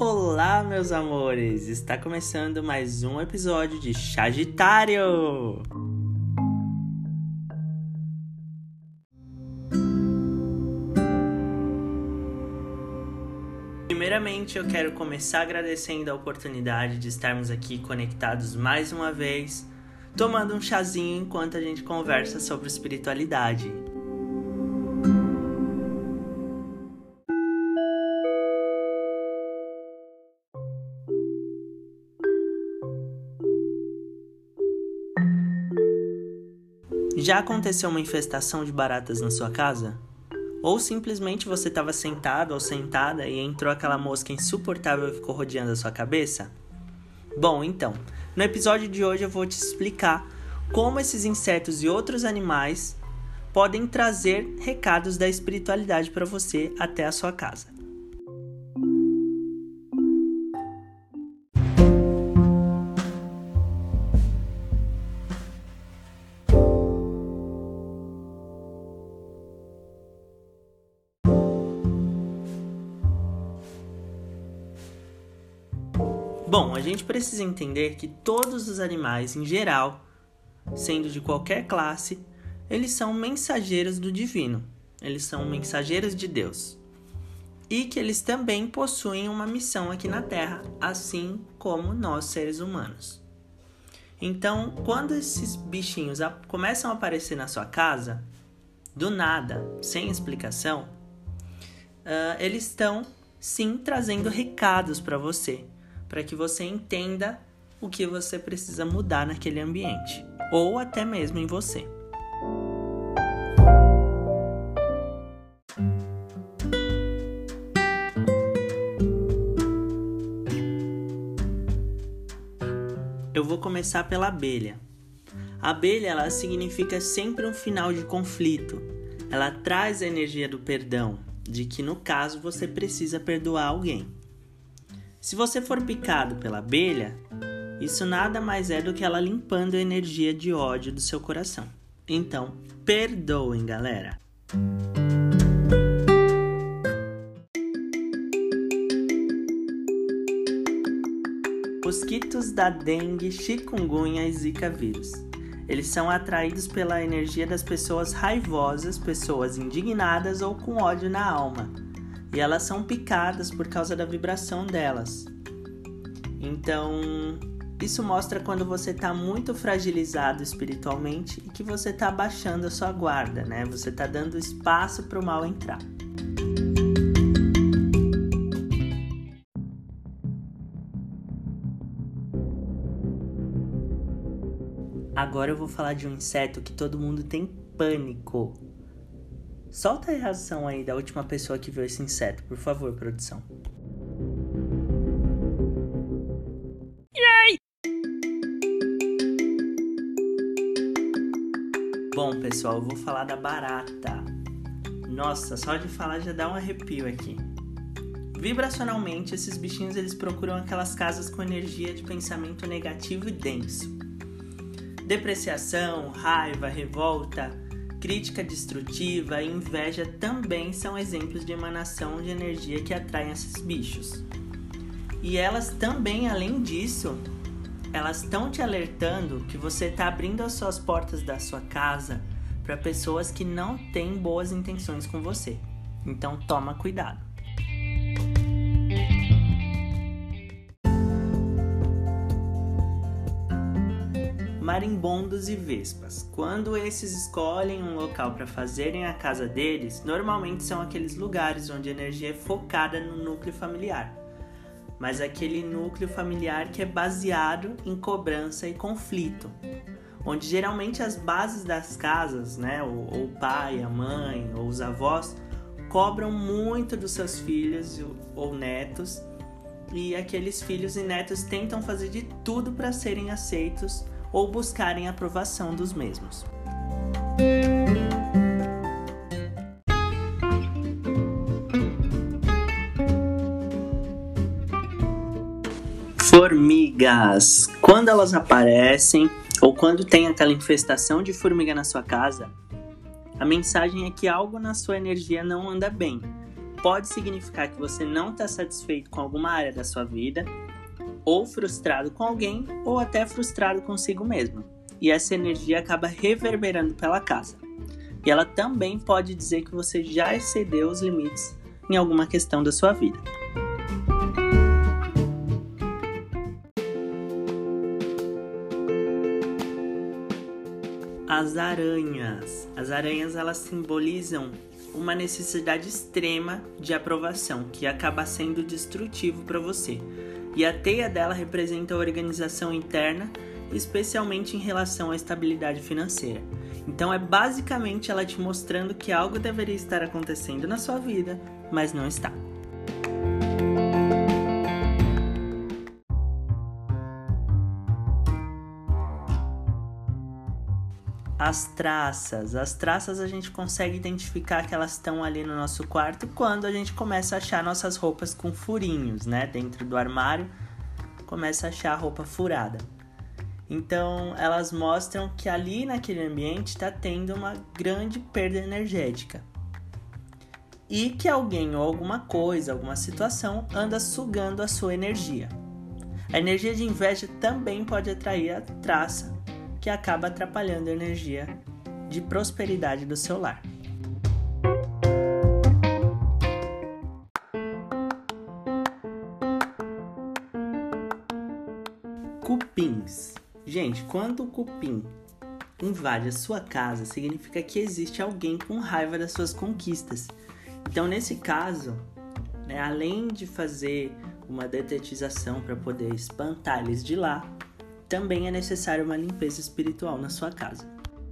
Olá, meus amores! Está começando mais um episódio de Sagitário! Primeiramente, eu quero começar agradecendo a oportunidade de estarmos aqui conectados mais uma vez, tomando um chazinho enquanto a gente conversa sobre espiritualidade. Já aconteceu uma infestação de baratas na sua casa? Ou simplesmente você estava sentado ou sentada e entrou aquela mosca insuportável e ficou rodeando a sua cabeça? Bom, então, no episódio de hoje eu vou te explicar como esses insetos e outros animais podem trazer recados da espiritualidade para você até a sua casa. Bom, a gente precisa entender que todos os animais, em geral, sendo de qualquer classe, eles são mensageiros do divino, eles são mensageiros de Deus. E que eles também possuem uma missão aqui na Terra, assim como nós, seres humanos. Então, quando esses bichinhos começam a aparecer na sua casa, do nada, sem explicação, eles estão, sim, trazendo recados para você, para que você entenda o que você precisa mudar naquele ambiente, ou até mesmo em você. Eu vou começar pela abelha. A abelha, ela significa sempre um final de conflito. Ela traz a energia do perdão, de que no caso você precisa perdoar alguém. Se você for picado pela abelha, isso nada mais é do que ela limpando a energia de ódio do seu coração. Então, perdoem, galera! Mosquitos da dengue, chikungunya e zika vírus. Eles são atraídos pela energia das pessoas raivosas, pessoas indignadas ou com ódio na alma. E elas são picadas por causa da vibração delas. Então, isso mostra quando você está muito fragilizado espiritualmente e que você está abaixando a sua guarda, né? Você está dando espaço para o mal entrar. Agora eu vou falar de um inseto que todo mundo tem pânico. Solta a reação aí da última pessoa que viu esse inseto, por favor, produção. Yay! Bom, pessoal, eu vou falar da barata. Nossa, só de falar já dá um arrepio aqui. Vibracionalmente, esses bichinhos eles procuram aquelas casas com energia de pensamento negativo e denso. Depreciação, raiva, revolta, crítica destrutiva e inveja também são exemplos de emanação de energia que atraem esses bichos. E elas também, além disso, elas estão te alertando que você está abrindo as suas portas da sua casa para pessoas que não têm boas intenções com você. Então toma cuidado. Marimbondos e vespas. Quando esses escolhem um local para fazerem a casa deles, normalmente são aqueles lugares onde a energia é focada no núcleo familiar. Mas aquele núcleo familiar que é baseado em cobrança e conflito. Onde geralmente as bases das casas, né, ou o pai, a mãe, ou os avós, cobram muito dos seus filhos ou netos. E aqueles filhos e netos tentam fazer de tudo para serem aceitos ou buscarem a aprovação dos mesmos. Formigas. Quando elas aparecem ou quando tem aquela infestação de formiga na sua casa, a mensagem é que algo na sua energia não anda bem. pode significar que você não está satisfeito com alguma área da sua vida, ou frustrado com alguém, ou até frustrado consigo mesmo. E essa energia acaba reverberando pela casa. E ela também pode dizer que você já excedeu os limites em alguma questão da sua vida. As aranhas. As aranhas, elas simbolizam uma necessidade extrema de aprovação, que acaba sendo destrutivo para você. E a teia dela representa a organização interna, especialmente em relação à estabilidade financeira. Então é basicamente ela te mostrando que algo deveria estar acontecendo na sua vida, mas não está. As traças a gente consegue identificar que elas estão ali no nosso quarto quando a gente começa a achar nossas roupas com furinhos, né? Dentro do armário, começa a achar a roupa furada. Então, elas mostram que ali naquele ambiente está tendo uma grande perda energética. E que alguém ou alguma coisa, alguma situação, anda sugando a sua energia. A energia de inveja também pode atrair a traça, que acaba atrapalhando a energia de prosperidade do seu lar. Cupins. Gente, quando o cupim invade a sua casa, significa que existe alguém com raiva das suas conquistas. Então, nesse caso, além de fazer uma detetização para poder espantar eles de lá, também é necessário uma limpeza espiritual na sua casa.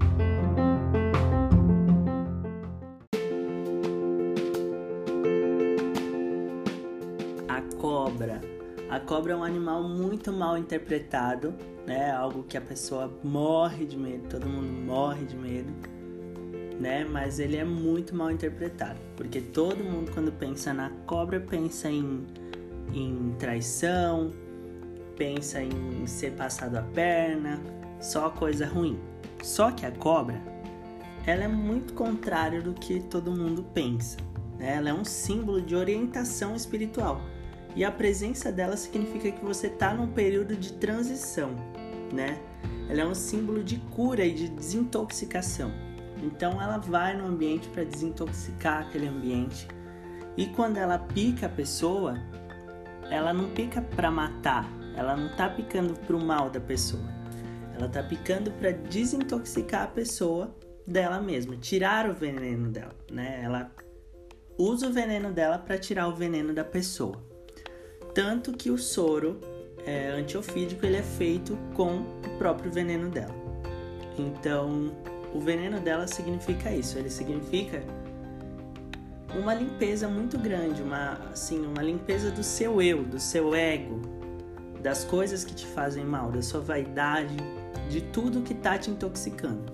A cobra. A cobra é um animal muito mal interpretado, algo que a pessoa morre de medo, todo mundo morre de medo, mas ele é muito mal interpretado, porque todo mundo, quando pensa na cobra, pensa em traição, pensa em ser passado a perna, só coisa ruim. Só que a cobra, ela é muito contrário do que todo mundo pensa, Ela é um símbolo de orientação espiritual. E a presença dela significa que você está num período de transição, Ela é um símbolo de cura e de desintoxicação. Então ela vai no ambiente para desintoxicar aquele ambiente. E quando ela pica a pessoa, ela não pica para matar, ela não está picando para o mal da pessoa. Ela está picando para desintoxicar a pessoa dela mesma, tirar o veneno dela, Ela usa o veneno dela para tirar o veneno da pessoa. Tanto que o soro antiofídico ele é feito com o próprio veneno dela. Então, o veneno dela significa isso. Ele significa uma limpeza muito grande, uma limpeza do seu eu, do seu ego, das coisas que te fazem mal, da sua vaidade, de tudo que está te intoxicando.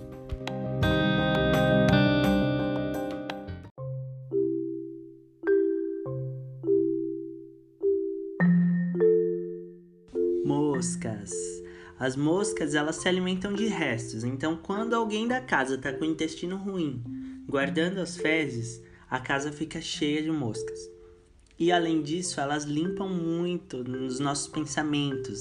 Moscas. As moscas, elas se alimentam de restos. Então, quando alguém da casa está com o intestino ruim, guardando as fezes, a casa fica cheia de moscas. E, além disso, elas limpam muito nos nossos pensamentos,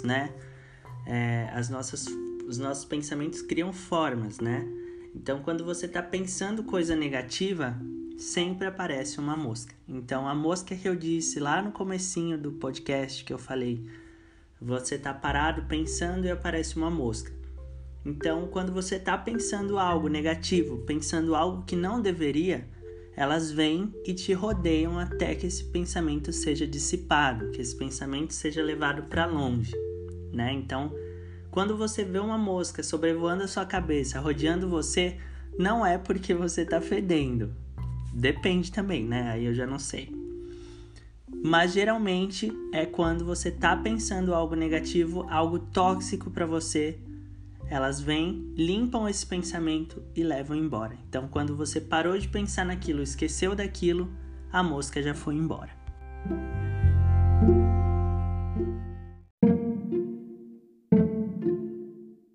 Os nossos pensamentos criam formas, Então, quando você está pensando coisa negativa, sempre aparece uma mosca. Então, a mosca que eu disse lá no comecinho do podcast que eu falei, você está parado pensando e aparece uma mosca. Então, quando você está pensando algo negativo, pensando algo que não deveria, elas vêm e te rodeiam até que esse pensamento seja dissipado, que esse pensamento seja levado para longe, Então, quando você vê uma mosca sobrevoando a sua cabeça, rodeando você, não é porque você está fedendo. Depende também, Aí eu já não sei. Mas geralmente é quando você está pensando algo negativo, algo tóxico para você, elas vêm, limpam esse pensamento e levam embora. Então, quando você parou de pensar naquilo, esqueceu daquilo, a mosca já foi embora.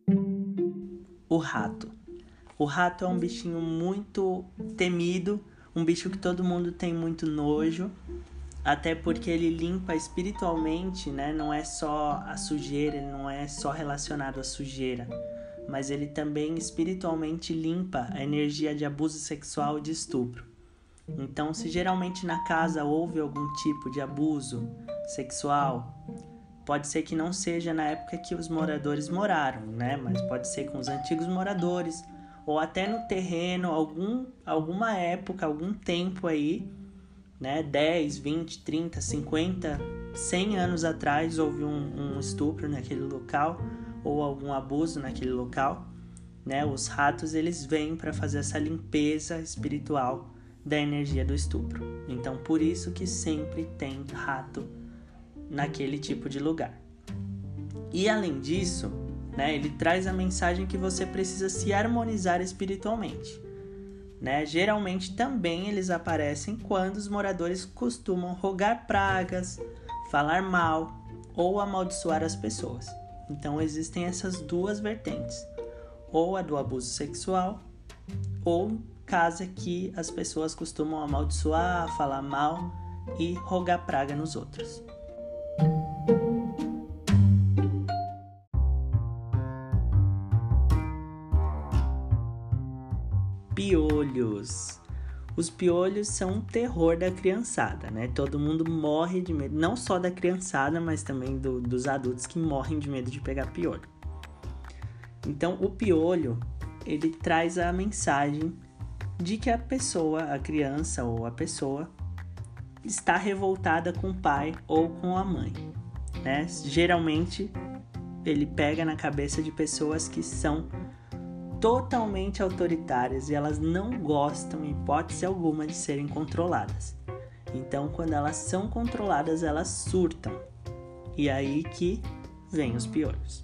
O rato. O rato é um bichinho muito temido, um bicho que todo mundo tem muito nojo, até porque ele limpa espiritualmente, né? Não é só a sujeira, ele não é só relacionado à sujeira, mas ele também espiritualmente limpa a energia de abuso sexual e de estupro. Então, se geralmente na casa houve algum tipo de abuso sexual, pode ser que não seja na época que os moradores moraram, né? Mas pode ser com os antigos moradores, ou até no terreno, alguma época, algum tempo aí, né? 10, 20, 30, 50, 100 anos atrás houve um estupro naquele local, ou algum abuso naquele local, né? Os ratos, eles vêm para fazer essa limpeza espiritual da energia do estupro. Então, por isso que sempre tem rato naquele tipo de lugar. E além disso, né, ele traz a mensagem que você precisa se harmonizar espiritualmente, né? Geralmente também eles aparecem quando os moradores costumam rogar pragas, falar mal ou amaldiçoar as pessoas. Então existem essas duas vertentes, ou a do abuso sexual, ou casa que as pessoas costumam amaldiçoar, falar mal e rogar praga nos outros. Piolhos. Os piolhos são um terror da criançada, né? Todo mundo morre de medo, não só da criançada, mas também dos adultos que morrem de medo de pegar piolho. Então, o piolho, ele traz a mensagem de que a pessoa, a criança ou a pessoa, está revoltada com o pai ou com a mãe, né? Geralmente, ele pega na cabeça de pessoas que são totalmente autoritárias e elas não gostam, em hipótese alguma, de serem controladas. Então, quando elas são controladas, elas surtam. E aí que vem os piolhos.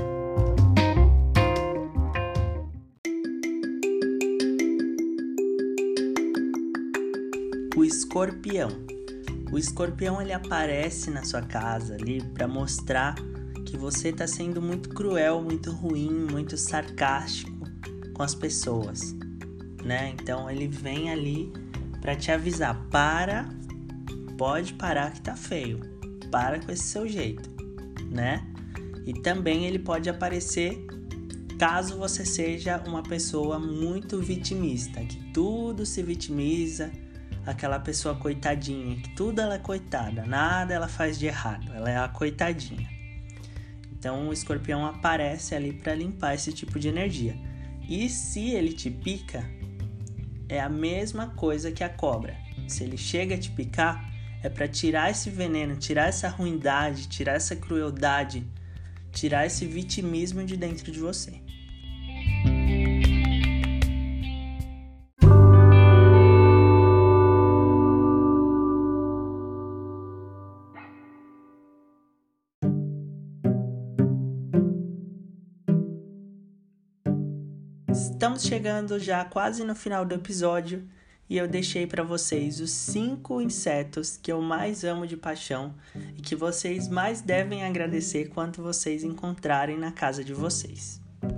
O escorpião. O escorpião, ele aparece na sua casa ali para mostrar que você está sendo muito cruel, muito ruim, muito sarcástico com as pessoas, né? Então ele vem ali para te avisar: pode parar que tá feio, para com esse seu jeito, né? E também ele pode aparecer caso você seja uma pessoa muito vitimista, que tudo se vitimiza, aquela pessoa coitadinha, que tudo ela é coitada, nada ela faz de errado, ela é a coitadinha. Então o escorpião aparece ali para limpar esse tipo de energia. E se ele te pica, é a mesma coisa que a cobra. Se ele chega a te picar, é para tirar esse veneno, tirar essa ruindade, tirar essa crueldade, tirar esse vitimismo de dentro de você. Estamos chegando já quase no final do episódio e eu deixei para vocês os 5 insetos que eu mais amo de paixão e que vocês mais devem agradecer quando vocês encontrarem na casa de vocês.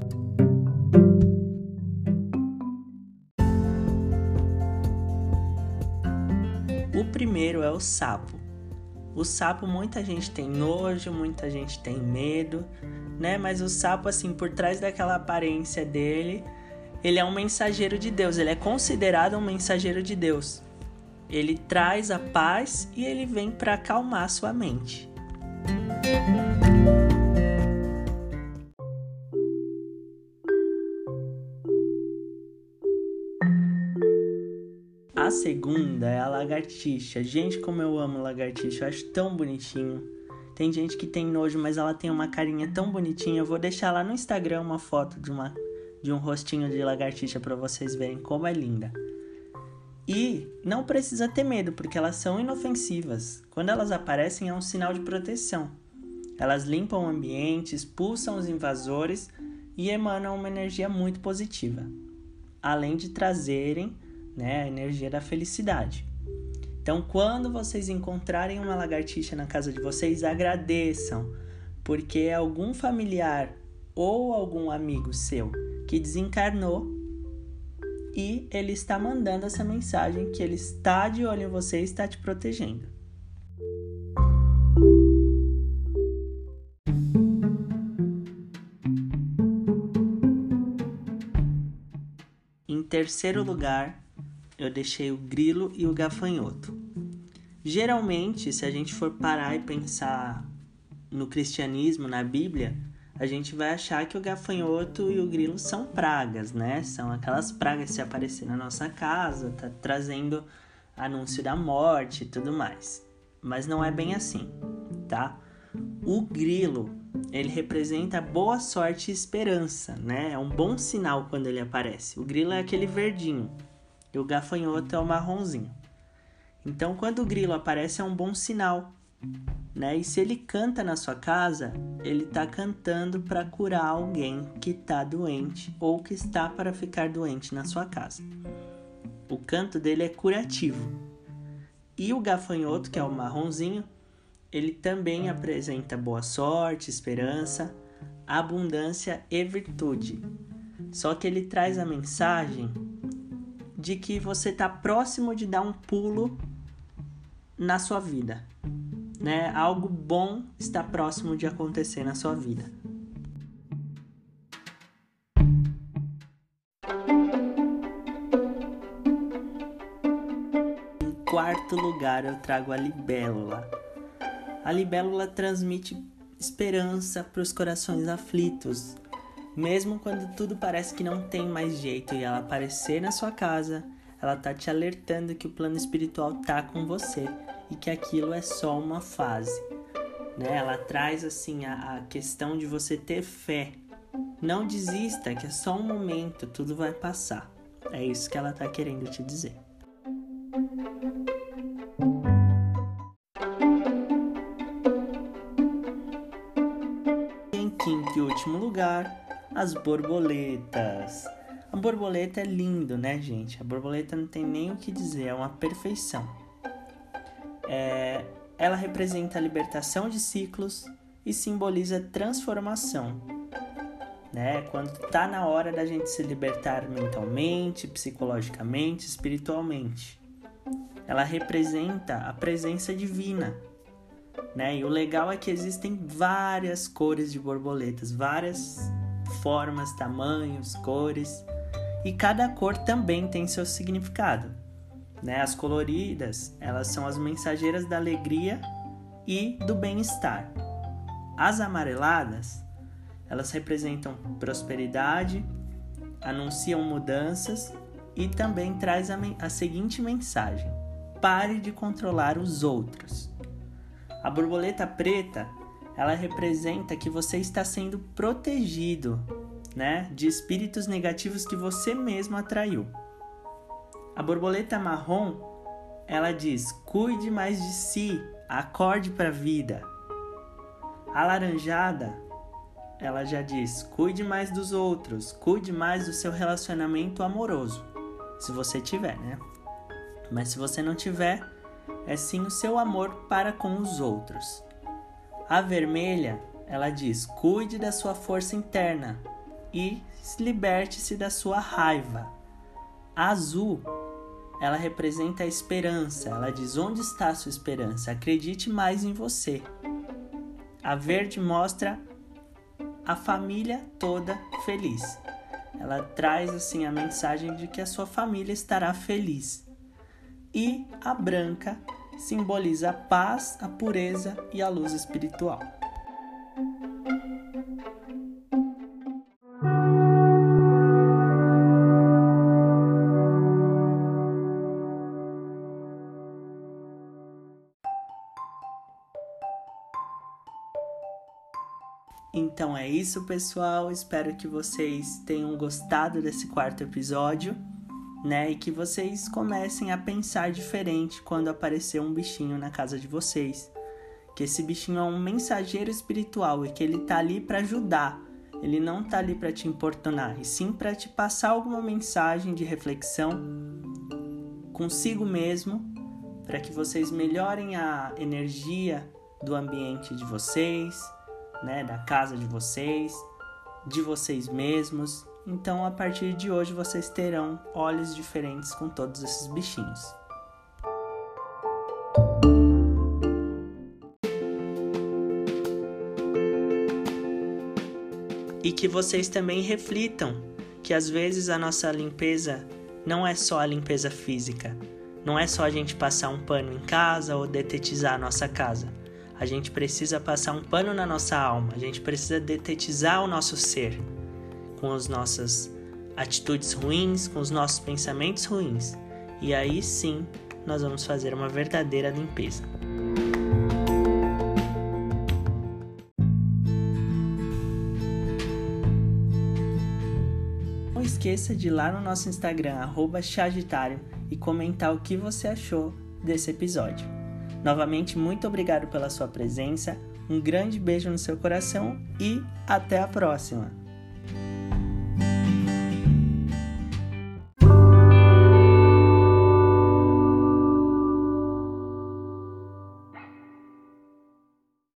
O primeiro é o sapo. O sapo, muita gente tem nojo, muita gente tem medo, né? Mas o sapo, assim, por trás daquela aparência dele, ele é um mensageiro de Deus, ele é considerado um mensageiro de Deus. Ele traz a paz e ele vem para acalmar sua mente. A segunda é a lagartixa. Gente, como eu amo lagartixa, eu acho tão bonitinho. Tem gente que tem nojo, mas ela tem uma carinha tão bonitinha. Eu vou deixar lá no Instagram uma foto de um rostinho de lagartixa para vocês verem como é linda. E não precisa ter medo, porque elas são inofensivas. Quando elas aparecem, é um sinal de proteção. Elas limpam o ambiente, expulsam os invasores e emanam uma energia muito positiva. Além de trazerem, né, a energia da felicidade. Então, quando vocês encontrarem uma lagartixa na casa de vocês, agradeçam, porque é algum familiar ou algum amigo seu que desencarnou e ele está mandando essa mensagem que ele está de olho em você e está te protegendo. Em terceiro lugar, eu deixei o grilo e o gafanhoto. Geralmente, se a gente for parar e pensar no cristianismo, na Bíblia, a gente vai achar que o gafanhoto e o grilo são pragas, né? São aquelas pragas que se aparecer na nossa casa, tá trazendo anúncio da morte e tudo mais. Mas não é bem assim, tá? O grilo, ele representa boa sorte e esperança, né? É um bom sinal quando ele aparece. O grilo é aquele verdinho e o gafanhoto é o marronzinho. Então, quando o grilo aparece, é um bom sinal, né? E se ele canta na sua casa, ele está cantando para curar alguém que está doente ou que está para ficar doente na sua casa. O canto dele é curativo. E o gafanhoto, que é o marronzinho, ele também apresenta boa sorte, esperança, abundância e virtude. Só que ele traz a mensagem de que você está próximo de dar um pulo na sua vida, né? Algo bom está próximo de acontecer na sua vida. Em quarto lugar, eu trago a libélula. A libélula transmite esperança para os corações aflitos. Mesmo quando tudo parece que não tem mais jeito e ela aparecer na sua casa, ela tá te alertando que o plano espiritual tá com você e que aquilo é só uma fase, né? Ela traz assim a questão de você ter fé. Não desista, que é só um momento, tudo vai passar. É isso que ela tá querendo te dizer. Em quinto e último lugar, as borboletas. A borboleta é lindo, né, gente? A borboleta não tem nem o que dizer, é uma perfeição. Ela representa a libertação de ciclos e simboliza transformação, né? Quando está na hora da gente se libertar mentalmente, psicologicamente, espiritualmente. Ela representa a presença divina, né? E o legal é que existem várias cores de borboletas, várias formas, tamanhos, cores, e cada cor também tem seu significado, né? As coloridas, elas são as mensageiras da alegria e do bem-estar. As amareladas, elas representam prosperidade, anunciam mudanças e também traz a seguinte mensagem: pare de controlar os outros. A borboleta preta, ela representa que você está sendo protegido, né, de espíritos negativos que você mesmo atraiu. A borboleta marrom, ela diz: cuide mais de si, acorde para a vida. A laranjada, ela já diz: cuide mais dos outros, cuide mais do seu relacionamento amoroso, se você tiver, né? Mas se você não tiver, é sim o seu amor para com os outros. A vermelha, ela diz: cuide da sua força interna e liberte-se da sua raiva. A azul, ela representa a esperança. Ela diz: onde está a sua esperança? Acredite mais em você. A verde mostra a família toda feliz. Ela traz assim a mensagem de que a sua família estará feliz. E a branca simboliza a paz, a pureza e a luz espiritual. Então é isso, pessoal. Espero que vocês tenham gostado desse quarto episódio, né? E que vocês comecem a pensar diferente quando aparecer um bichinho na casa de vocês. Que esse bichinho é um mensageiro espiritual e que ele tá ali para ajudar. Ele não tá ali para te importunar, e sim para te passar alguma mensagem de reflexão consigo mesmo, para que vocês melhorem a energia do ambiente de vocês, né, da casa de vocês mesmos, Então, a partir de hoje, vocês terão olhos diferentes com todos esses bichinhos. E que vocês também reflitam que às vezes a nossa limpeza não é só a limpeza física. Não é só a gente passar um pano em casa ou detetizar a nossa casa. A gente precisa passar um pano na nossa alma. A gente precisa detetizar o nosso ser com as nossas atitudes ruins, com os nossos pensamentos ruins. E aí sim, nós vamos fazer uma verdadeira limpeza. Não esqueça de ir lá no nosso Instagram, @chagitário, e comentar o que você achou desse episódio. Novamente, muito obrigado pela sua presença, um grande beijo no seu coração e até a próxima!